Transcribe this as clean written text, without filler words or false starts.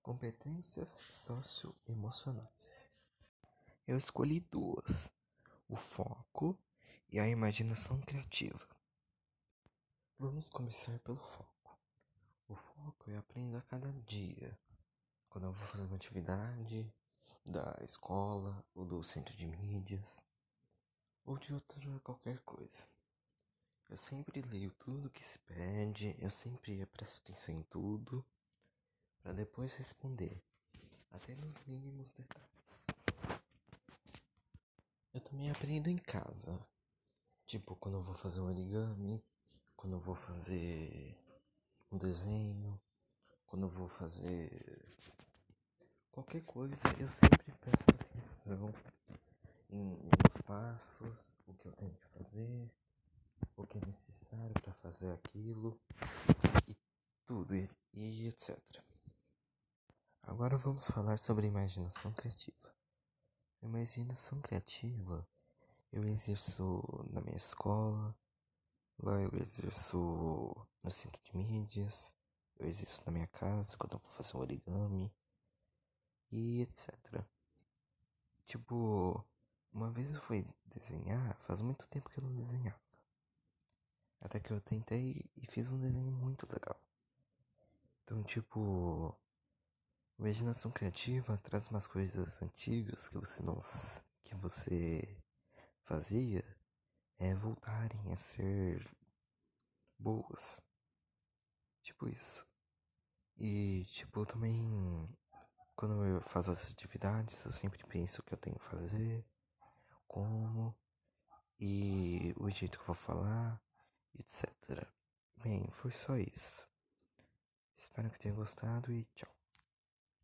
Competências socioemocionais. Eu escolhi duas: o foco e a imaginação criativa. Vamos começar pelo foco. O foco eu aprendo a cada dia. Quando eu vou fazer uma atividade da escola ou do centro de mídias ou de outra qualquer coisa. Eu sempre leio tudo que se pede, eu sempre presto atenção em tudo para depois responder, até nos mínimos detalhes. Eu também aprendo em casa, tipo quando eu vou fazer um origami, quando eu vou fazer um desenho, quando eu vou fazer qualquer coisa, eu sempre presto atenção nos passos, o que eu tenho que fazer, o que é necessário para fazer aquilo e tudo e etc. Agora vamos falar sobre imaginação criativa. A imaginação criativa eu exerço na minha escola, lá eu exerço no centro de mídias, eu exerço na minha casa quando eu vou fazer um origami e etc. Tipo, uma vez eu fui desenhar, faz muito tempo que eu não desenhava. Até que eu tentei e fiz um desenho muito legal. Então, tipo, imaginação criativa traz umas coisas antigas que você fazia voltarem a ser boas. Tipo isso. E tipo, também quando eu faço as atividades, eu sempre penso o que eu tenho que fazer, como e o jeito que eu vou falar, etc. Bem, foi só isso. Espero que tenha gostado e tchau.